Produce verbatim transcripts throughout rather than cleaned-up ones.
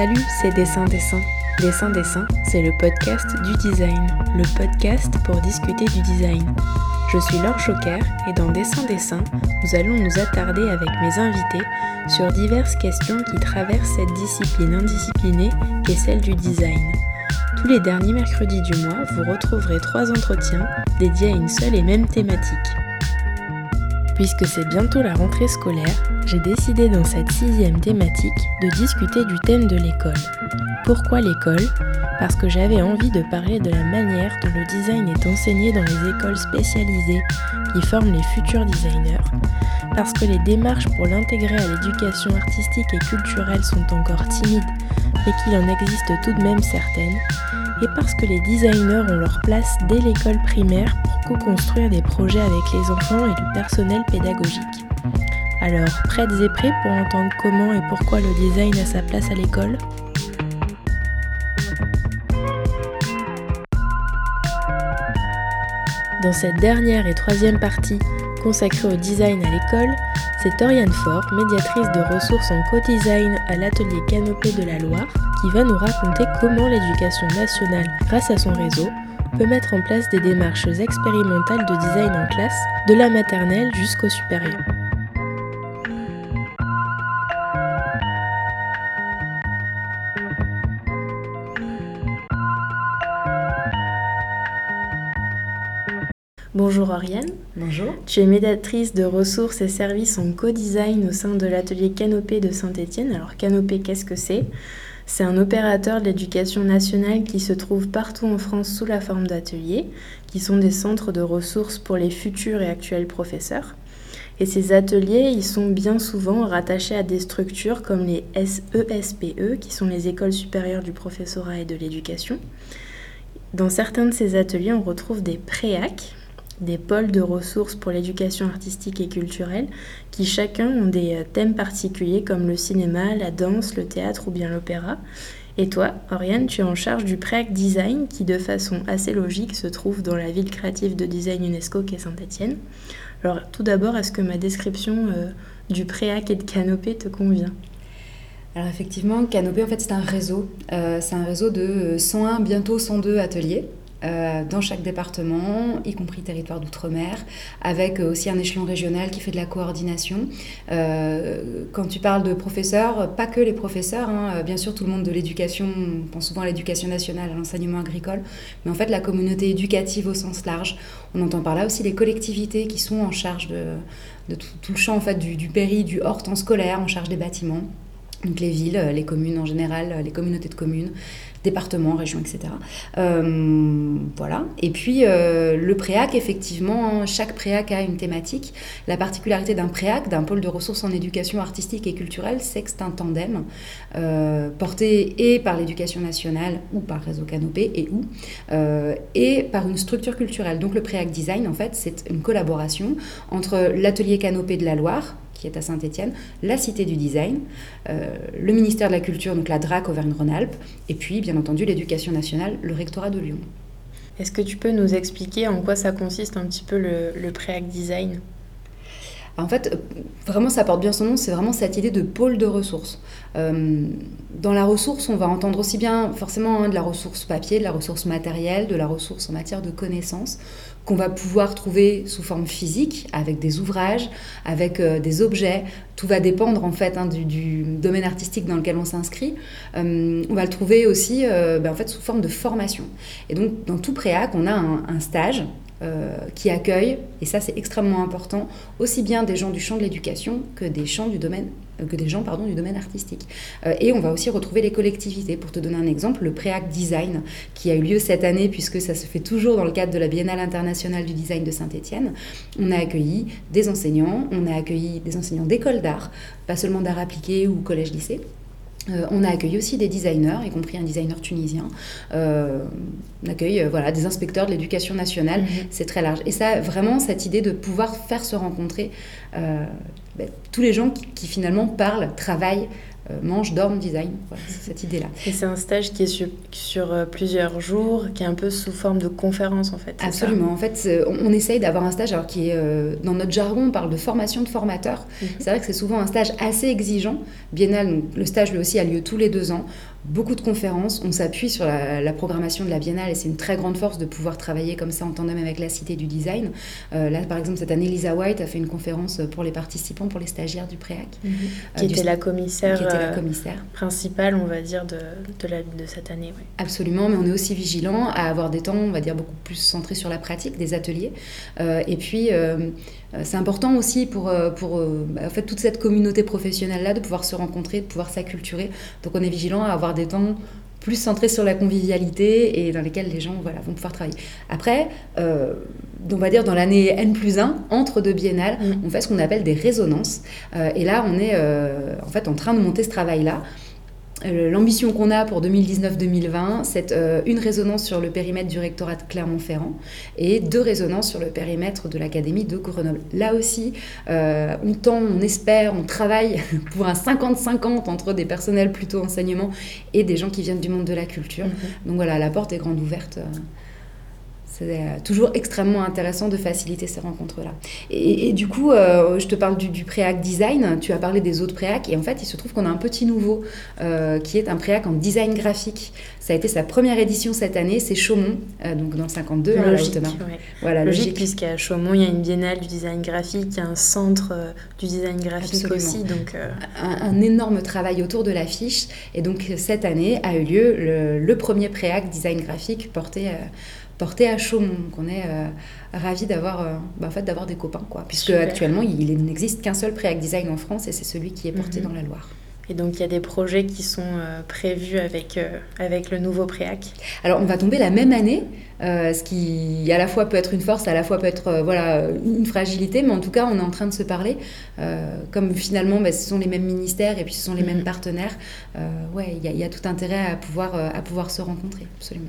Salut, c'est Dessin Dessin. Dessin Dessin, c'est le podcast du design, le podcast pour discuter du design. Je suis Laure Choquer et dans Dessin Dessin, nous allons nous attarder avec mes invités sur diverses questions qui traversent cette discipline indisciplinée qu'est celle du design. Tous les derniers mercredis du mois, vous retrouverez trois entretiens dédiés à une seule et même thématique. Puisque c'est bientôt la rentrée scolaire, j'ai décidé dans cette sixième thématique de discuter du thème de l'école. Pourquoi l'école ? Parce que j'avais envie de parler de la manière dont le design est enseigné dans les écoles spécialisées qui forment les futurs designers, parce que les démarches pour l'intégrer à l'éducation artistique et culturelle sont encore timides, mais qu'il en existe tout de même certaines, et parce que les designers ont leur place dès l'école primaire pour co-construire des projets avec les enfants et le personnel pédagogique. Alors, prêtes et prêts pour entendre comment et pourquoi le design a sa place à l'école ? Dans cette dernière et troisième partie consacrée au design à l'école, c'est Oriane Faure, médiatrice de ressources en co-design à l'atelier Canopée de la Loire, qui va nous raconter comment l'éducation nationale, grâce à son réseau, peut mettre en place des démarches expérimentales de design en classe, de la maternelle jusqu'au supérieur. Bonjour Oriane. Bonjour. Tu es médiatrice de ressources et services en co-design au sein de l'atelier Canopée de Saint-Étienne. Alors Canopée, qu'est-ce que c'est ? C'est un opérateur de l'éducation nationale qui se trouve partout en France sous la forme d'ateliers, qui sont des centres de ressources pour les futurs et actuels professeurs. Et ces ateliers, ils sont bien souvent rattachés à des structures comme les E S P E, qui sont les écoles supérieures du professorat et de l'éducation. Dans certains de ces ateliers, on retrouve des préacs, des pôles de ressources pour l'éducation artistique et culturelle, qui chacun ont des thèmes particuliers comme le cinéma, la danse, le théâtre ou bien l'opéra. Et toi, Oriane, tu es en charge du préac design qui, de façon assez logique, se trouve dans la ville créative de design UNESCO qu'est Saint-Étienne. Alors tout d'abord, est-ce que ma description euh, du préac et de Canopée te convient ? Alors effectivement, Canopée, en fait, c'est un réseau. Euh, c'est un réseau de cent un, bientôt cent deux ateliers. Euh, dans chaque département, y compris territoire d'outre-mer, avec aussi un échelon régional qui fait de la coordination. Euh, quand tu parles de professeurs, pas que les professeurs, hein, bien sûr tout le monde de l'éducation, on pense souvent à l'éducation nationale, à l'enseignement agricole, mais en fait la communauté éducative au sens large. On entend par là aussi les collectivités qui sont en charge de, de tout, tout le champ en fait, du, du péri, du hors temps scolaire, en charge des bâtiments. Donc les villes, les communes en général, les communautés de communes, départements, régions, et cetera. Euh, voilà. Et puis euh, le préac, effectivement, chaque préac a une thématique. La particularité d'un préac, d'un pôle de ressources en éducation artistique et culturelle, c'est que c'est un tandem euh, porté et par l'éducation nationale ou par Réseau Canopée et ou euh, et par une structure culturelle. Donc le préac design, en fait, c'est une collaboration entre l'atelier Canopée de la Loire, qui est à Saint-Étienne, la Cité du Design, euh, le ministère de la Culture, donc la D R A C Auvergne-Rhône-Alpes, et puis, bien entendu, l'Éducation nationale, le rectorat de Lyon. Est-ce que tu peux nous expliquer en quoi ça consiste un petit peu le, le préac design ? En fait, vraiment, ça porte bien son nom, c'est vraiment cette idée de pôle de ressources. Euh, dans la ressource, on va entendre aussi bien forcément hein, de la ressource papier, de la ressource matérielle, de la ressource en matière de connaissances, qu'on va pouvoir trouver sous forme physique, avec des ouvrages, avec euh, des objets. Tout va dépendre en fait hein, du, du domaine artistique dans lequel on s'inscrit. Euh, on va le trouver aussi euh, ben, en fait, sous forme de formation. Et donc, dans tout préac, on a un, un stage Euh, qui accueille, et ça c'est extrêmement important, aussi bien des gens du champ de l'éducation que des, champs du domaine, euh, que des gens pardon, du domaine artistique. Euh, et on va aussi retrouver les collectivités. Pour te donner un exemple, le préac design qui a eu lieu cette année, puisque ça se fait toujours dans le cadre de la Biennale internationale du design de Saint-Étienne, on a accueilli des enseignants, on a accueilli des enseignants d'école d'art, pas seulement d'art appliqué ou collège-lycée. Euh, on a accueilli aussi des designers, y compris un designer tunisien. Euh, on accueille euh, voilà, des inspecteurs de l'éducation nationale, mmh. C'est très large. Et ça, vraiment, cette idée de pouvoir faire se rencontrer euh, ben, tous les gens qui, qui finalement parlent, travaillent, euh, mangent, dorment, design. Voilà, c'est cette idée-là. Et c'est un stage qui est sur, sur euh, plusieurs jours, qui est un peu sous forme de conférence en fait. Absolument. En fait, on, on essaye d'avoir un stage alors qui est, euh, dans notre jargon, on parle de formation de formateur. Mm-hmm. C'est vrai que c'est souvent un stage assez exigeant. Biennale, donc, le stage lui aussi a lieu tous les deux ans. beaucoup de conférences. On s'appuie sur la, la programmation de la Biennale et c'est une très grande force de pouvoir travailler comme ça en tandem avec la Cité du Design. Euh, là, par exemple, cette année, Lisa White a fait une conférence pour les participants, pour les stagiaires du Préac. Mmh. Euh, qui, était la commissaire, qui était la commissaire principale, on va dire, de, de, la, de cette année. Ouais. Absolument, mais on est aussi vigilant à avoir des temps, on va dire, beaucoup plus centrés sur la pratique, des ateliers. Euh, et puis, euh, c'est important aussi pour, pour euh, en fait, toute cette communauté professionnelle-là de pouvoir se rencontrer, de pouvoir s'acculturer. Donc, on est vigilant à avoir des temps plus centrés sur la convivialité et dans lesquels les gens voilà, vont pouvoir travailler. Après, euh, on va dire dans l'année N plus un, entre deux biennales, mmh. on fait ce qu'on appelle des résonances. Euh, et là, on est euh, en fait en train de monter ce travail-là. L'ambition qu'on a pour deux mille dix-neuf deux mille vingt, c'est euh, une résonance sur le périmètre du rectorat de Clermont-Ferrand et deux résonances sur le périmètre de l'Académie de Grenoble. Là aussi, euh, on tend, on espère, on travaille pour un cinquante cinquante entre des personnels plutôt enseignement et des gens qui viennent du monde de la culture. Mm-hmm. Donc voilà, la porte est grande ouverte. C'est toujours extrêmement intéressant de faciliter ces rencontres-là. Et, et du coup, euh, je te parle du, du Préac Design, tu as parlé des autres Préac, et en fait, il se trouve qu'on a un petit nouveau, euh, qui est un Préac en design graphique. Ça a été sa première édition cette année, c'est Chaumont, euh, donc dans le cinquante-deux. Logique, hein, ouais. Voilà, logique, logique. Puisqu'à Chaumont, il y a une biennale du design graphique, il y a un centre euh, du design graphique Absolument. aussi. Donc, euh... un, un énorme travail autour de l'affiche, et donc cette année a eu lieu le, le premier Préac design graphique porté... Euh, porté à Chaumont. Donc on est euh, ravis d'avoir, euh, bah en fait, d'avoir des copains, quoi. Puisque Super. Actuellement, il, il n'existe qu'un seul Préac Design en France et c'est celui qui est porté mm-hmm. dans la Loire. Et donc, il y a des projets qui sont euh, prévus avec, euh, avec le nouveau Préac. Alors, on va tomber la même année, euh, ce qui à la fois peut être une force, à la fois peut être euh, voilà, une fragilité, mais en tout cas, on est en train de se parler. Euh, comme finalement, bah, ce sont les mêmes ministères et puis ce sont les mmh. mêmes partenaires, euh, ouais, il y, y a tout intérêt à pouvoir, euh, à pouvoir se rencontrer, absolument.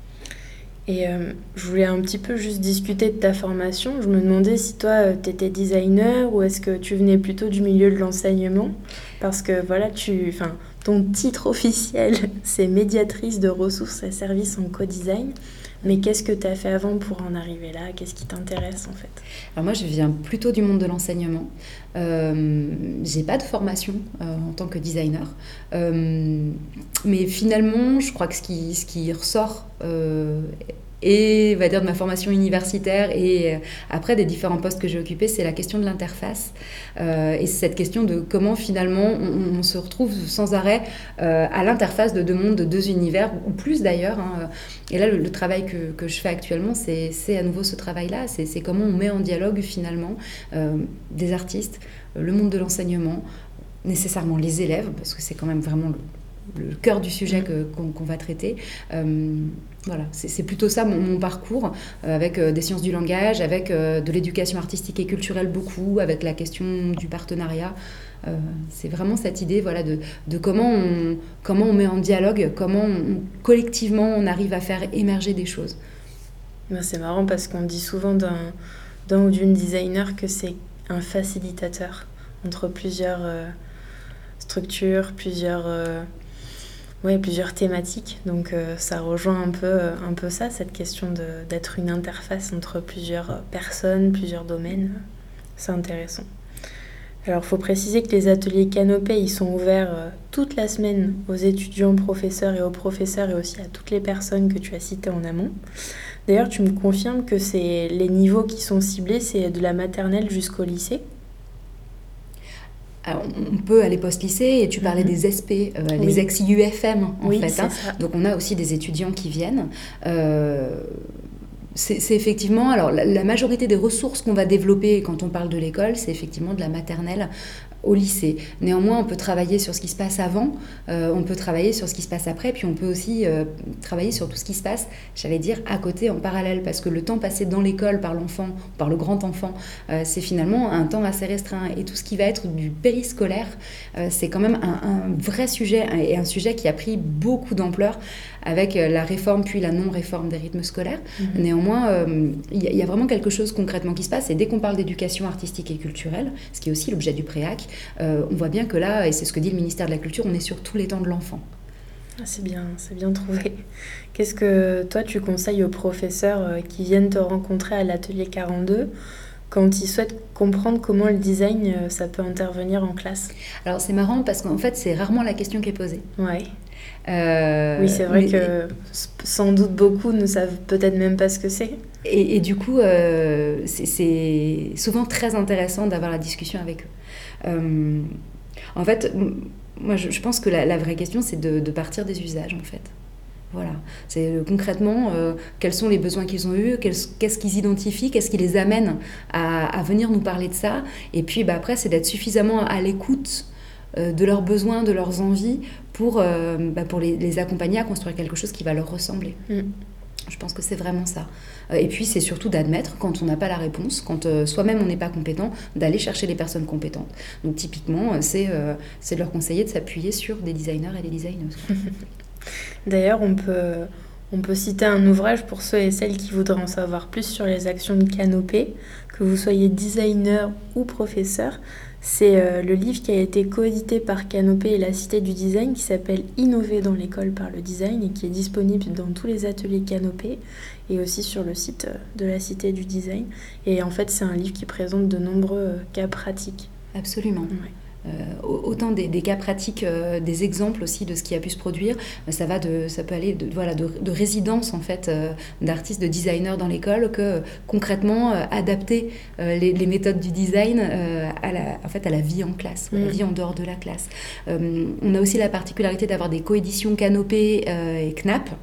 Et euh, je voulais un petit peu juste discuter de ta formation. Je me demandais si toi, euh, tu étais designer ou est-ce que tu venais plutôt du milieu de l'enseignement ? Parce que voilà, tu, enfin, ton titre officiel, c'est médiatrice de ressources et services en co-design. Mais qu'est-ce que tu as fait avant pour en arriver là ? Qu'est-ce qui t'intéresse en fait ? Alors moi, je viens plutôt du monde de l'enseignement. Euh, j'ai pas de formation euh, en tant que designer. Euh, mais finalement, je crois que ce qui, ce qui ressort euh, et va dire de ma formation universitaire et après des différents postes que j'ai occupés, c'est la question de l'interface euh, et c'est cette question de comment finalement on, on se retrouve sans arrêt euh, à l'interface de deux mondes, de deux univers ou plus d'ailleurs, hein. Et là le, le travail que, que je fais actuellement c'est, c'est à nouveau ce travail-là, c'est, c'est comment on met en dialogue finalement euh, des artistes, le monde de l'enseignement, nécessairement les élèves parce que c'est quand même vraiment le le cœur du sujet que, qu'on, qu'on va traiter. Euh, voilà, c'est, c'est plutôt ça mon, mon parcours, euh, avec euh, des sciences du langage, avec euh, de l'éducation artistique et culturelle beaucoup, avec la question du partenariat. Euh, c'est vraiment cette idée voilà, de, de comment, on, comment on met en dialogue, comment on, collectivement on arrive à faire émerger des choses. Ben, c'est marrant parce qu'on dit souvent d'un, d'un ou d'une designer que c'est un facilitateur entre plusieurs euh, structures, plusieurs... Euh, Oui, plusieurs thématiques, donc euh, ça rejoint un peu, euh, un peu ça, cette question de, d'être une interface entre plusieurs personnes, plusieurs domaines. C'est intéressant. Alors, il faut préciser que les ateliers Canopée, ils sont ouverts euh, toute la semaine aux étudiants, professeurs et aux professeurs et aussi à toutes les personnes que tu as citées en amont. D'ailleurs, tu me confirmes que c'est les niveaux qui sont ciblés, c'est de la maternelle jusqu'au lycée ? Alors, on peut aller post-lycée, et tu parlais mmh. des S P, euh, oui. les ex-I U F M en oui, fait. Hein. Donc on a aussi des étudiants qui viennent. Euh, c'est, c'est effectivement, alors la, la majorité des ressources qu'on va développer quand on parle de l'école, c'est effectivement de la maternelle au lycée. Néanmoins, on peut travailler sur ce qui se passe avant, euh, on peut travailler sur ce qui se passe après, puis on peut aussi euh, travailler sur tout ce qui se passe, j'allais dire, à côté, en parallèle, parce que le temps passé dans l'école par l'enfant, par le grand enfant, euh, c'est finalement un temps assez restreint. Et tout ce qui va être du périscolaire, euh, c'est quand même un, un vrai sujet, et un sujet qui a pris beaucoup d'ampleur avec la réforme puis la non-réforme des rythmes scolaires. Mmh. Néanmoins, il euh, y, y a vraiment quelque chose concrètement qui se passe, et dès qu'on parle d'éducation artistique et culturelle, ce qui est aussi l'objet du Préac, Euh, on voit bien que là, et c'est ce que dit le ministère de la Culture, on est sur tous les temps de l'enfant. Ah, c'est bien, c'est bien trouvé. Qu'est-ce que toi tu conseilles aux professeurs qui viennent te rencontrer à l'atelier quarante-deux quand ils souhaitent comprendre comment le design ça peut intervenir en classe ? Alors c'est marrant parce qu'en fait c'est rarement la question qui est posée. Ouais. Euh, oui, c'est vrai mais, que sans doute beaucoup ne savent peut-être même pas ce que c'est. Et, et du coup, euh, c'est, c'est souvent très intéressant d'avoir la discussion avec eux. Euh, en fait, moi, je, je pense que la, la vraie question, c'est de, de partir des usages, en fait. Voilà. C'est euh, concrètement euh, quels sont les besoins qu'ils ont eus, qu'est-ce qu'ils identifient, qu'est-ce qui les amène à, à venir nous parler de ça. Et puis bah, après, c'est d'être suffisamment à l'écoute euh, de leurs besoins, de leurs envies, pour, euh, bah, pour les, les accompagner à construire quelque chose qui va leur ressembler. Mm. Je pense que c'est vraiment ça. Et puis, c'est surtout d'admettre, quand on n'a pas la réponse, quand euh, soi-même on n'est pas compétent, d'aller chercher les personnes compétentes. Donc, typiquement, c'est, euh, c'est de leur conseiller de s'appuyer sur des designers et des designeuses. D'ailleurs, on peut, on peut citer un ouvrage pour ceux et celles qui voudraient en savoir plus sur les actions de Canopé, que vous soyez designer ou professeur. C'est euh, le livre qui a été coédité par Canopé et la Cité du Design, qui s'appelle « Innover dans l'école par le design » et qui est disponible dans tous les ateliers Canopé et aussi sur le site de la Cité du Design. Et en fait, c'est un livre qui présente de nombreux cas pratiques. Absolument. Ouais. Euh, autant des, des cas pratiques, euh, des exemples aussi de ce qui a pu se produire. Ça va de, ça peut aller de, voilà, de, de résidence en fait euh, d'artistes, de designers dans l'école, que euh, concrètement euh, adapter euh, les, les méthodes du design euh, à, la, en fait, à la vie en classe, mmh. à la vie en dehors de la classe. Euh, on a aussi la particularité d'avoir des coéditions Canopé euh, et C N A P.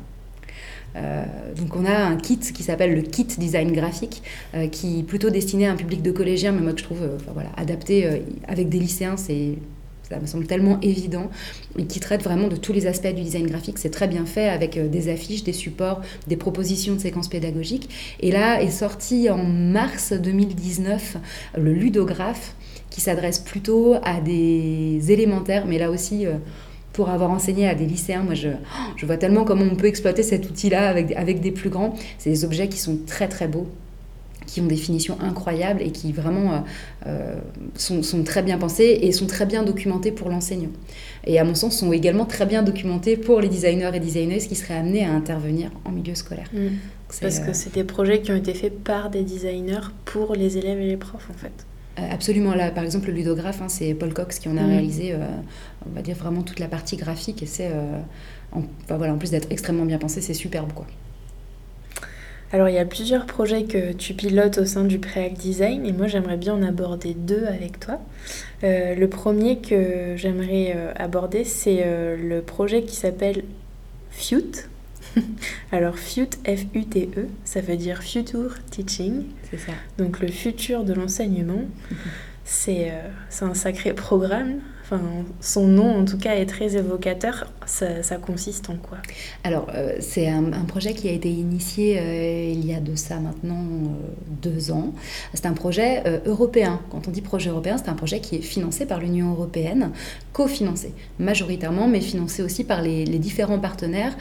Euh, donc on a un kit qui s'appelle le kit design graphique euh, qui est plutôt destiné à un public de collégiens, mais moi que je trouve euh, enfin, voilà, adapté euh, avec des lycéens, c'est, ça me semble tellement évident, et qui traite vraiment de tous les aspects du design graphique. C'est très bien fait avec euh, des affiches, des supports, des propositions de séquences pédagogiques. Et là est sorti en mars deux mille dix-neuf le ludographe, qui s'adresse plutôt à des élémentaires, mais là aussi euh, pour avoir enseigné à des lycéens, moi je, je vois tellement comment on peut exploiter cet outil-là avec, avec des plus grands. C'est des objets qui sont très très beaux, qui ont des finitions incroyables et qui vraiment euh, sont, sont très bien pensés et sont très bien documentés pour l'enseignant. Et à mon sens, sont également très bien documentés pour les designers et designeuses qui seraient amenés à intervenir en milieu scolaire. Mmh. Parce euh... que c'est des projets qui ont été faits par des designers pour les élèves et les profs en fait. Absolument, là par exemple le ludographe, hein, c'est Paul Cox qui en a mmh. réalisé, euh, on va dire vraiment toute la partie graphique, et c'est, euh, en, enfin, voilà, en plus d'être extrêmement bien pensé, c'est superbe quoi. Alors il y a plusieurs projets que tu pilotes au sein du Préac Design, et moi j'aimerais bien en aborder deux avec toi. Euh, le premier que j'aimerais euh, aborder, c'est euh, le projet qui s'appelle Fute. Alors Fute, F U T E, ça veut dire Future Teaching. C'est ça. Donc le futur de l'enseignement. Mm-hmm. C'est, euh, c'est un sacré programme. Enfin, son nom, en tout cas, est très évocateur. Ça, ça consiste en quoi ? Alors, euh, c'est un, un projet qui a été initié euh, il y a de ça maintenant euh, deux ans. C'est un projet euh, européen. Quand on dit projet européen, c'est un projet qui est financé par l'Union européenne, cofinancé majoritairement, mais financé aussi par les, les différents partenaires.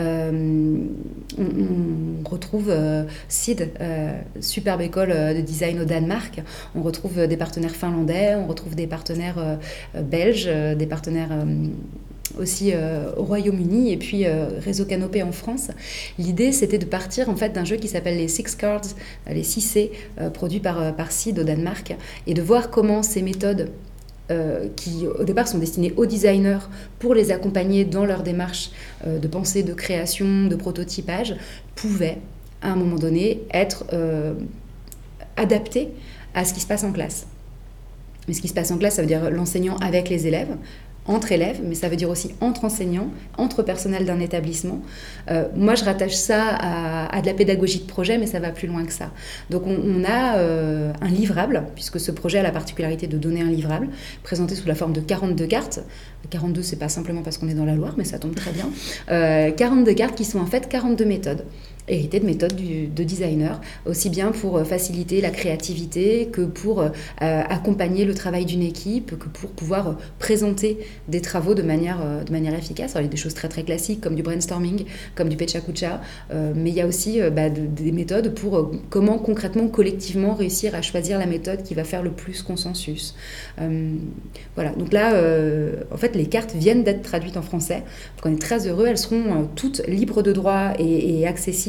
Euh, on, on retrouve euh, S I D, euh, superbe école de design au Danemark. On retrouve des partenaires finlandais, on retrouve des partenaires euh, belges, des partenaires euh, aussi euh, au Royaume-Uni, et puis euh, Réseau Canopé en France. L'idée, c'était de partir en fait d'un jeu qui s'appelle les Six Cards, les six C, euh, produit par, par S I D au Danemark, et de voir comment ces méthodes euh, qui au départ sont destinées aux designers pour les accompagner dans leur démarche euh, de pensée, de création, de prototypage, pouvaient à un moment donné être euh, adaptées à ce qui se passe en classe. Mais ce qui se passe en classe, ça veut dire l'enseignant avec les élèves, entre élèves, mais ça veut dire aussi entre enseignants, entre personnel d'un établissement. Euh, moi, je rattache ça à, à de la pédagogie de projet, mais ça va plus loin que ça. Donc, on, on a euh, un livrable, puisque ce projet a la particularité de donner un livrable, présenté sous la forme de quarante-deux cartes. quarante-deux, c'est pas simplement parce qu'on est dans la Loire, mais ça tombe très bien. Euh, quarante-deux cartes qui sont en fait quarante-deux méthodes, héritées de méthodes du, de designer, aussi bien pour faciliter la créativité que pour euh, accompagner le travail d'une équipe, que pour pouvoir euh, présenter des travaux de manière, euh, de manière efficace. Alors, il y a des choses très très classiques comme du brainstorming, comme du pecha-kucha, euh, mais il y a aussi euh, bah, de, des méthodes pour euh, comment concrètement, collectivement réussir à choisir la méthode qui va faire le plus consensus. Euh, voilà, donc là, euh, en fait, les cartes viennent d'être traduites en français, donc on est très heureux, elles seront euh, toutes libres de droit et, et accessibles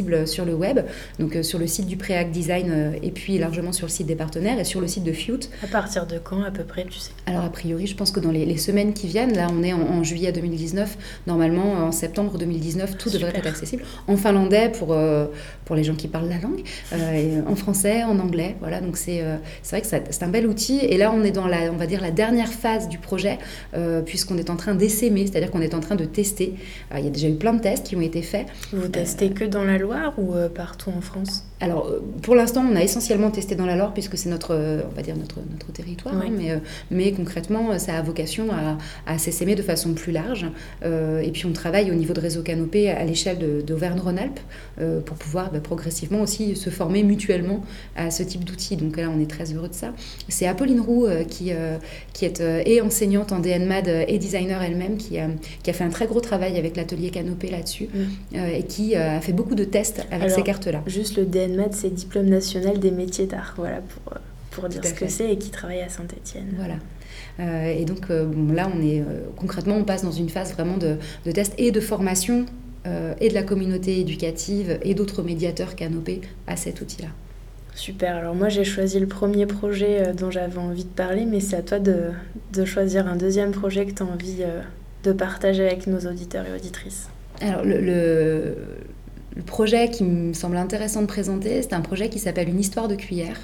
accessible sur le web, donc euh, sur le site du Préac Design euh, et puis largement sur le site des partenaires et sur le site de Fute. À partir de quand à peu près, tu sais? Alors a priori, je pense que dans les, les semaines qui viennent, là on est en, en juillet deux mille dix-neuf, normalement en septembre deux mille dix-neuf, tout Super. devrait être accessible. En finlandais pour, euh, pour les gens qui parlent la langue, euh, et en français, en anglais, voilà, donc c'est, euh, c'est vrai que ça, c'est un bel outil. Et là on est dans la, on va dire, la dernière phase du projet, euh, puisqu'on est en train d'essaimer, c'est-à-dire qu'on est en train de tester. Alors, il y a déjà eu plein de tests qui ont été faits. Vous testez euh, que dans la Loire ou euh, partout en France? Alors, pour l'instant, on a essentiellement testé dans la Loire, puisque c'est notre, on va dire notre, notre territoire, oui. hein, mais, mais concrètement, ça a vocation à, à s'essaimer de façon plus large. Euh, et puis, on travaille au niveau de Réseau Canopé à l'échelle de, d'Auvergne-Rhône-Alpes euh, pour pouvoir bah, progressivement aussi se former mutuellement à ce type d'outils. Donc là, on est très heureux de ça. C'est Apolline Roux euh, qui, euh, qui est euh, et enseignante en D N M A D et designer elle-même, qui a, qui a fait un très gros travail avec l'atelier Canopé là-dessus mm. euh, et qui euh, a fait beaucoup de tests avec Alors, ces cartes-là. Juste le D N M A D, c'est Diplôme national des métiers d'art, voilà, pour, pour dire ce fait. que c'est, et qui travaille à Saint-Étienne. Voilà. Euh, et donc euh, bon, là, on est, euh, concrètement, on passe dans une phase vraiment de, de test et de formation euh, et de la communauté éducative et d'autres médiateurs Canopé à cet outil-là. Super, alors moi j'ai choisi le premier projet dont j'avais envie de parler, mais c'est à toi de, de choisir un deuxième projet que tu as envie euh, de partager avec nos auditeurs et auditrices. Alors le... le... Le projet qui me semble intéressant de présenter, c'est un projet qui s'appelle Une histoire de cuillère,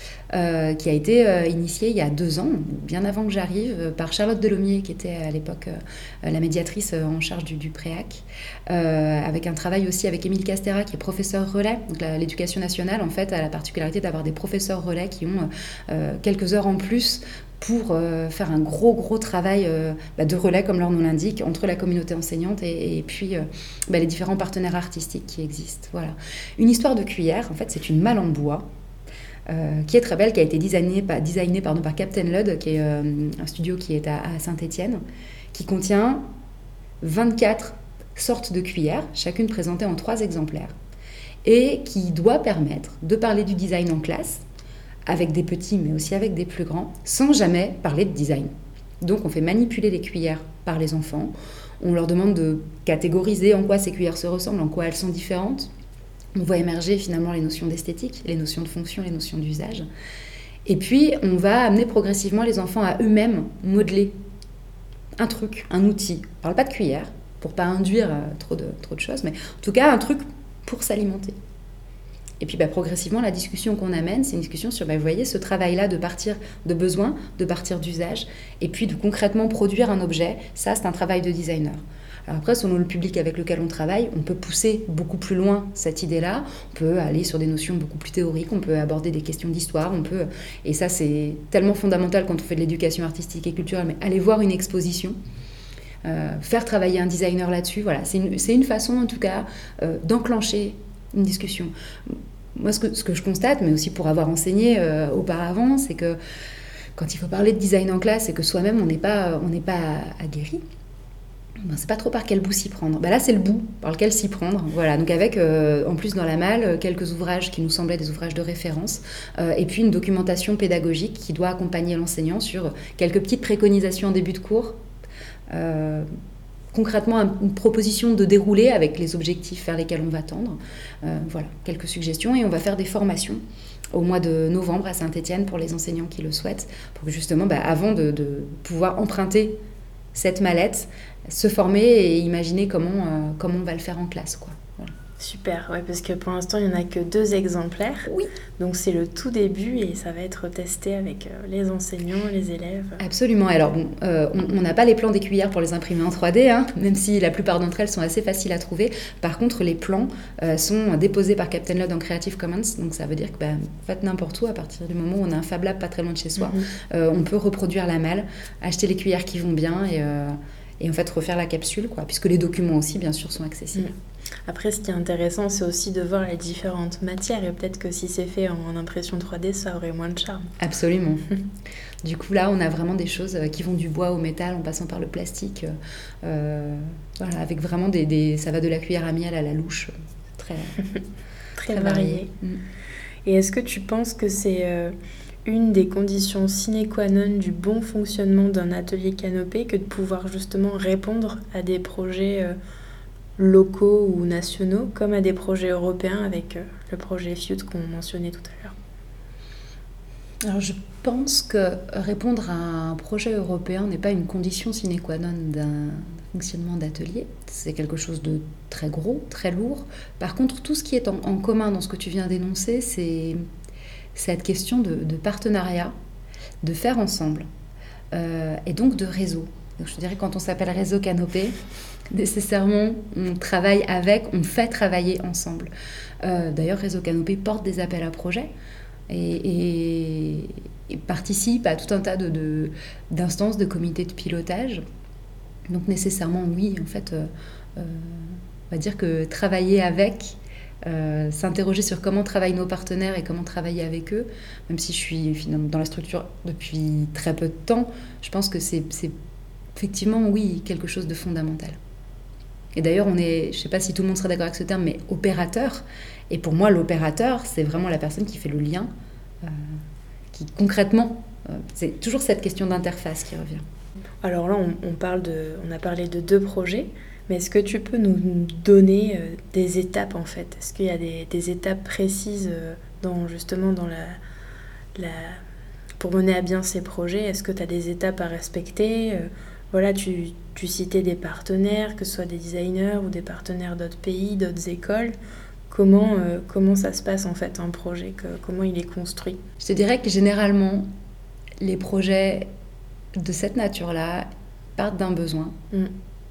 euh, qui a été euh, initié il y a deux ans, bien avant que j'arrive, euh, par Charlotte Delomier, qui était à l'époque euh, la médiatrice euh, en charge du, du Préac, euh, avec un travail aussi avec Émile Castera, qui est professeur relais. Donc la, l'éducation nationale, en fait, a la particularité d'avoir des professeurs relais qui ont euh, quelques heures en plus pour euh, faire un gros, gros travail euh, bah, de relais, comme leur nom l'indique, entre la communauté enseignante et, et puis euh, bah, les différents partenaires artistiques qui existent. Voilà. Une histoire de cuillère, en fait, c'est une malle en bois euh, qui est très belle, qui a été designée, par, designée pardon, par Captain Lud, qui est euh, un studio qui est à, à Saint-Étienne, qui contient vingt-quatre sortes de cuillères, chacune présentée en trois exemplaires, et qui doit permettre de parler du design en classe, avec des petits, mais aussi avec des plus grands, sans jamais parler de design. Donc, on fait manipuler les cuillères par les enfants. On leur demande de catégoriser en quoi ces cuillères se ressemblent, en quoi elles sont différentes. On voit émerger finalement les notions d'esthétique, les notions de fonction, les notions d'usage. Et puis, on va amener progressivement les enfants à eux-mêmes modeler un truc, un outil. On ne parle pas de cuillère, pour ne pas induire trop de, trop de choses, mais en tout cas, un truc pour s'alimenter. Et puis bah, progressivement, la discussion qu'on amène, c'est une discussion sur, bah, vous voyez, ce travail-là de partir de besoin, de partir d'usage, et puis de concrètement produire un objet, ça c'est un travail de designer. Alors après, selon le public avec lequel on travaille, on peut pousser beaucoup plus loin cette idée-là, on peut aller sur des notions beaucoup plus théoriques, on peut aborder des questions d'histoire, on peut, et ça c'est tellement fondamental quand on fait de l'éducation artistique et culturelle, mais aller voir une exposition, euh, faire travailler un designer là-dessus, voilà, c'est une, c'est une façon en tout cas euh, d'enclencher une discussion. Moi, ce que, ce que je constate, mais aussi pour avoir enseigné euh, auparavant, c'est que quand il faut parler de design en classe et que soi-même on n'est pas, on n'est pas aguerri, ben, c'est pas trop par quel bout s'y prendre. Ben là, c'est le bout par lequel s'y prendre. Voilà. Donc avec, euh, en plus dans la malle, quelques ouvrages qui nous semblaient des ouvrages de référence, euh, et puis une documentation pédagogique qui doit accompagner l'enseignant sur quelques petites préconisations en début de cours. Euh, concrètement une proposition de déroulé avec les objectifs vers lesquels on va tendre. Euh, voilà, quelques suggestions. Et on va faire des formations au mois de novembre à Saint-Étienne pour les enseignants qui le souhaitent, pour que justement, bah, avant de, de pouvoir emprunter cette mallette, se former et imaginer comment, euh, comment on va le faire en classe, quoi. Voilà. Super, ouais, parce que pour l'instant, il n'y en a que deux exemplaires. Oui. Donc, c'est le tout début et ça va être testé avec euh, les enseignants, les élèves. Absolument. Alors, bon, euh, on n'a pas les plans des cuillères pour les imprimer en trois D, hein, même si la plupart d'entre elles sont assez faciles à trouver. Par contre, les plans euh, sont déposés par Captain Lud en Creative Commons. Donc, ça veut dire que, bah, en fait, n'importe où, à partir du moment où on a un Fab Lab pas très loin de chez soi, mm-hmm. euh, on peut reproduire la malle, acheter les cuillères qui vont bien et... Euh, et en fait refaire la capsule, quoi, puisque les documents aussi, bien sûr, sont accessibles. Mmh. Après, ce qui est intéressant, c'est aussi de voir les différentes matières, et peut-être que si c'est fait en impression trois D, ça aurait moins de charme. Absolument. Du coup, là, on a vraiment des choses qui vont du bois au métal, en passant par le plastique, euh, voilà, avec vraiment des, des... Ça va de la cuillère à miel à la louche, très, très, très varié. varié. Mmh. Et est-ce que tu penses que c'est... Euh... une des conditions sine qua non du bon fonctionnement d'un atelier Canopé que de pouvoir justement répondre à des projets euh, locaux ou nationaux, comme à des projets européens avec euh, le projet F U T qu'on mentionnait tout à l'heure? Alors je pense que répondre à un projet européen n'est pas une condition sine qua non d'un fonctionnement d'atelier. C'est quelque chose de très gros, très lourd. Par contre, tout ce qui est en, en commun dans ce que tu viens d'énoncer, c'est cette question de, de partenariat, de faire ensemble, euh, et donc de réseau. Donc je dirais que quand on s'appelle Réseau Canopé, nécessairement on travaille avec, on fait travailler ensemble. Euh, d'ailleurs, Réseau Canopé porte des appels à projets. Et, et, et participe à tout un tas de, de, d'instances, de comités de pilotage. Donc nécessairement, oui, en fait, euh, euh, on va dire que travailler avec, euh, s'interroger sur comment travaillent nos partenaires et comment travailler avec eux, même si je suis finalement dans la structure depuis très peu de temps, je pense que c'est, c'est effectivement, oui, quelque chose de fondamental. Et d'ailleurs, on est, je ne sais pas si tout le monde serait d'accord avec ce terme, mais opérateur. Et pour moi, l'opérateur, c'est vraiment la personne qui fait le lien, euh, qui concrètement, euh, c'est toujours cette question d'interface qui revient. Alors là, on, on, parle de, on a parlé de deux projets, mais est-ce que tu peux nous donner euh, des étapes en fait? Est-ce qu'il y a des, des étapes précises euh, dans, justement dans la, la, pour mener à bien ces projets? Est-ce que tu as des étapes à respecter? euh, Voilà, tu, tu citais des partenaires, que ce soit des designers ou des partenaires d'autres pays, d'autres écoles. Comment, euh, comment ça se passe en fait un projet, que, comment il est construit? Je te dirais que généralement, les projets de cette nature-là partent d'un besoin, mm.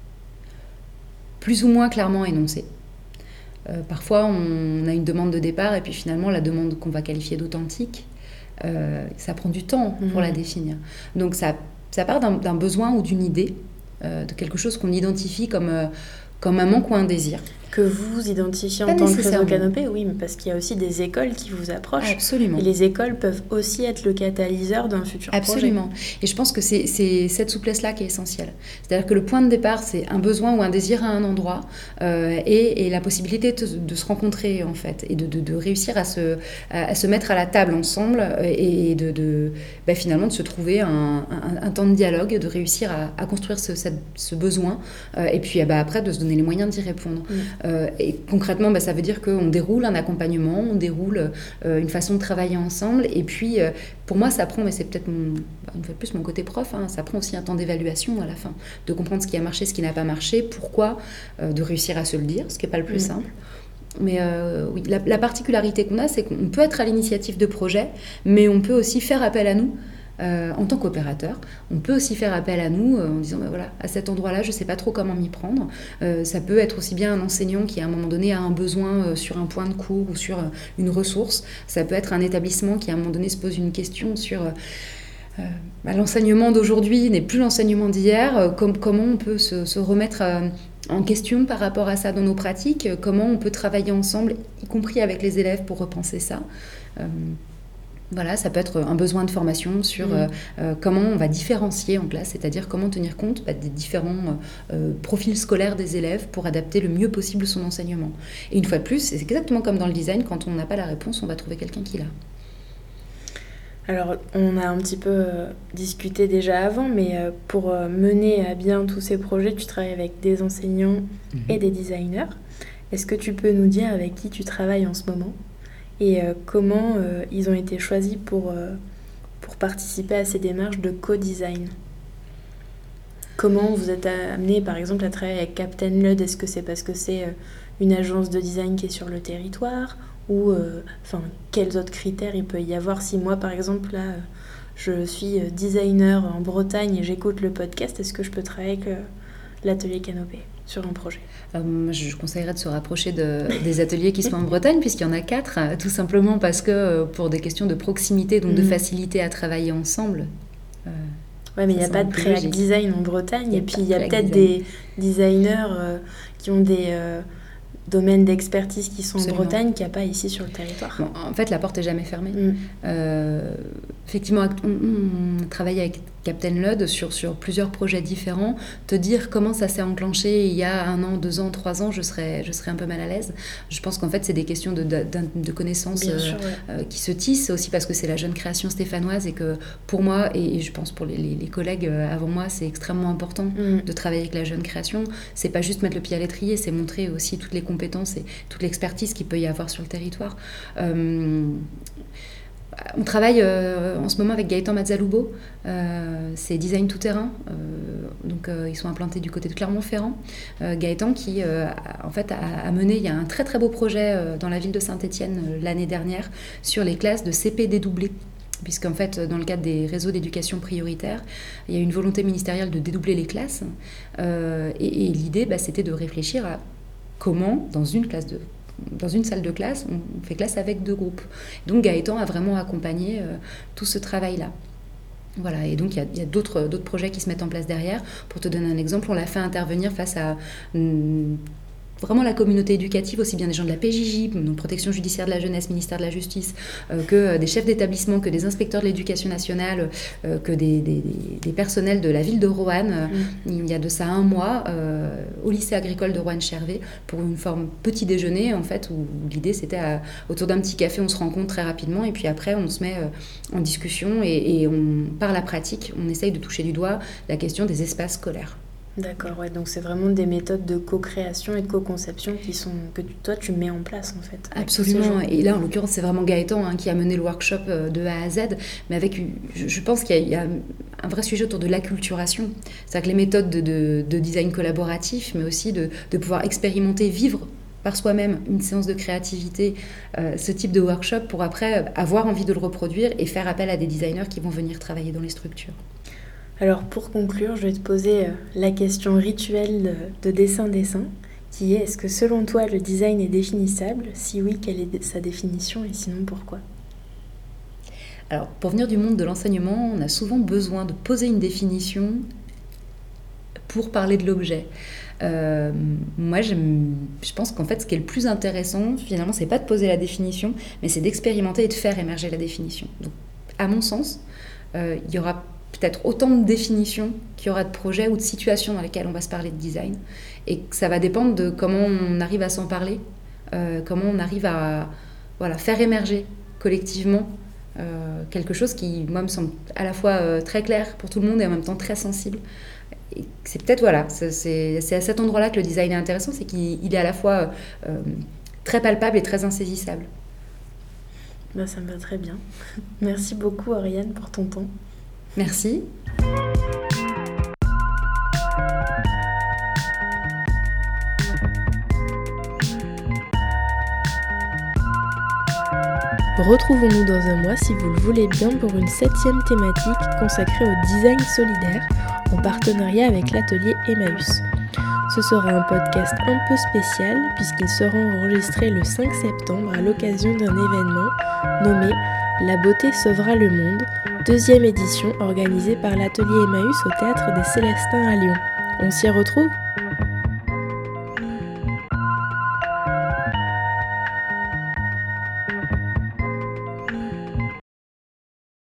plus ou moins clairement énoncé. Euh, parfois, on a une demande de départ et puis finalement, la demande qu'on va qualifier d'authentique, euh, ça prend du temps pour mm. la définir. Donc ça Ça part d'un, d'un besoin ou d'une idée, euh, de quelque chose qu'on identifie comme, euh, comme un manque ou un désir. Que vous identifiez en tant que Réseau Canopé, oui, mais parce qu'il y a aussi des écoles qui vous approchent. Absolument. Et les écoles peuvent aussi être le catalyseur d'un futur Absolument. projet. Et je pense que c'est, c'est cette souplesse-là qui est essentielle. C'est-à-dire que le point de départ, c'est un besoin ou un désir à un endroit euh, et, et la possibilité de, de se rencontrer, en fait, et de, de, de réussir à se, à, à se mettre à la table ensemble et de, de bah, finalement de se trouver un, un, un temps de dialogue, de réussir à, à construire ce, cette, ce besoin euh, et puis bah, après de se donner les moyens d'y répondre. Mm. Euh, et concrètement, bah, ça veut dire qu'on déroule un accompagnement, on déroule euh, une façon de travailler ensemble. Et puis, euh, pour moi, ça prend, mais c'est peut-être mon, bah, une fois de plus mon côté prof, hein, ça prend aussi un temps d'évaluation à la fin, de comprendre ce qui a marché, ce qui n'a pas marché, pourquoi, euh, de réussir à se le dire, ce qui n'est pas le plus mmh. simple. Mais euh, oui, la, la particularité qu'on a, c'est qu'on peut être à l'initiative de projets, mais on peut aussi faire appel à nous. Euh, en tant qu'opérateur, on peut aussi faire appel à nous euh, en disant bah voilà, à cet endroit-là, je ne sais pas trop comment m'y prendre. Euh, ça peut être aussi bien un enseignant qui, à un moment donné, a un besoin euh, sur un point de cours ou sur euh, une ressource. Ça peut être un établissement qui, à un moment donné, se pose une question sur euh, euh, bah, l'enseignement d'aujourd'hui n'est plus l'enseignement d'hier. Euh, com- comment on peut se, se remettre euh, en question par rapport à ça dans nos pratiques? euh, Comment on peut travailler ensemble, y compris avec les élèves, pour repenser ça euh, Voilà, ça peut être un besoin de formation sur mmh. euh, comment on va différencier en classe, c'est-à-dire comment tenir compte bah, des différents euh, profils scolaires des élèves pour adapter le mieux possible son enseignement. Et une fois de plus, c'est exactement comme dans le design, quand on n'a pas la réponse, on va trouver quelqu'un qui l'a. Alors, on a un petit peu euh, discuté déjà avant, mais euh, pour euh, mener à bien tous ces projets, tu travailles avec des enseignants mmh. et des designers. Est-ce que tu peux nous dire avec qui tu travailles en ce moment ? Et euh, comment euh, ils ont été choisis pour, euh, pour participer à ces démarches de co-design? Comment vous êtes amené, par exemple, à travailler avec Captain Lud? Est-ce que c'est parce que c'est euh, une agence de design qui est sur le territoire? Ou, enfin, euh, quels autres critères il peut y avoir? Si moi, par exemple, là, euh, je suis designer en Bretagne et j'écoute le podcast, est-ce que je peux travailler avec euh, l'atelier Canopé sur un projet? Euh, je conseillerais de se rapprocher de, des ateliers qui sont en Bretagne, puisqu'il y en a quatre, tout simplement parce que pour des questions de proximité, donc mmh. de facilité à travailler ensemble. Euh, ouais, mais il n'y a pas de Préac Design en Bretagne, et puis il y a peut-être des designers euh, qui ont des euh, domaines d'expertise qui sont Absolument. En Bretagne, qu'il n'y a pas ici sur le territoire. Bon, en fait, la porte n'est jamais fermée. Mmh. Euh, effectivement, on, on travaille avec Captain Lud sur, sur plusieurs projets différents, te dire comment ça s'est enclenché il y a un an, deux ans, trois ans, je serais, je serais un peu mal à l'aise. Je pense qu'en fait, c'est des questions de, de, de connaissances euh, sûr, ouais. euh, qui se tissent, aussi parce que c'est la jeune création stéphanoise et que pour moi, et, et je pense pour les, les, les collègues avant moi, c'est extrêmement important mmh. de travailler avec la jeune création. C'est pas juste mettre le pied à l'étrier, c'est montrer aussi toutes les compétences et toute l'expertise qu'il peut y avoir sur le territoire. Euh, On travaille euh, en ce moment avec Gaëtan Mazzalubo, euh, c'est design tout-terrain, euh, donc euh, ils sont implantés du côté de Clermont-Ferrand. Euh, Gaëtan qui euh, a, en fait, a, a mené, il y a un très très beau projet euh, dans la ville de Saint-Étienne euh, l'année dernière sur les classes de C P dédoublées. Puisqu'en fait, dans le cadre des réseaux d'éducation prioritaire, il y a une volonté ministérielle de dédoubler les classes. Euh, et, et l'idée, bah, c'était de réfléchir à comment, dans une classe de dans une salle de classe, on fait classe avec deux groupes. Donc Gaëtan a vraiment accompagné euh, tout ce travail-là. Voilà, et donc il y a, y a d'autres, d'autres projets qui se mettent en place derrière. Pour te donner un exemple, on l'a fait intervenir face à hum, vraiment la communauté éducative, aussi bien des gens de la P J J, donc Protection judiciaire de la jeunesse, ministère de la Justice, euh, que des chefs d'établissement, que des inspecteurs de l'éducation nationale, euh, que des, des, des personnels de la ville de Roanne, mmh. il y a de ça un mois, euh, au lycée agricole de Roanne-Chervé, pour une forme petit déjeuner, en fait, où, où l'idée c'était à, autour d'un petit café, on se rencontre très rapidement, et puis après on se met euh, en discussion, et, et on, par la pratique, on essaye de toucher du doigt la question des espaces scolaires. D'accord, ouais, donc c'est vraiment des méthodes de co-création et de co-conception qui sont, que tu, toi tu mets en place en fait. Absolument, et là en l'occurrence c'est vraiment Gaëtan hein, qui a mené le workshop de A à Z, mais avec, je, je pense qu'il y a, il y a un vrai sujet autour de l'acculturation, c'est-à-dire que les méthodes de, de, de design collaboratif, mais aussi de, de pouvoir expérimenter, vivre par soi-même une séance de créativité, euh, ce type de workshop pour après avoir envie de le reproduire et faire appel à des designers qui vont venir travailler dans les structures. Alors pour conclure, je vais te poser la question rituelle de dessin-dessin, qui est est-ce que selon toi le design est définissable ? Si oui, quelle est sa définition et sinon pourquoi ? Alors pour venir du monde de l'enseignement, on a souvent besoin de poser une définition pour parler de l'objet. Euh, moi, j'aime, je pense qu'en fait, ce qui est le plus intéressant, finalement, c'est pas de poser la définition, mais c'est d'expérimenter et de faire émerger la définition. Donc, à mon sens, euh, il y aura peut-être autant de définitions qu'il y aura de projets ou de situations dans lesquelles on va se parler de design. Et que ça va dépendre de comment on arrive à s'en parler, euh, comment on arrive à voilà, faire émerger collectivement euh, quelque chose qui, moi, me semble à la fois euh, très clair pour tout le monde et en même temps très sensible. Et c'est peut-être, voilà, c'est, c'est, c'est à cet endroit-là que le design est intéressant, c'est qu'il il est à la fois euh, très palpable et très insaisissable. Ben, ça me va très bien. Merci beaucoup, Oriane, pour ton temps. Merci. Retrouvons-nous dans un mois si vous le voulez bien pour une septième thématique consacrée au design solidaire en partenariat avec l'atelier Emmaüs. Ce sera un podcast un peu spécial puisqu'il sera enregistré le cinq septembre à l'occasion d'un événement nommé « La beauté sauvera le monde », deuxième édition organisée par l'atelier Emmaüs au Théâtre des Célestins à Lyon. On s'y retrouve ?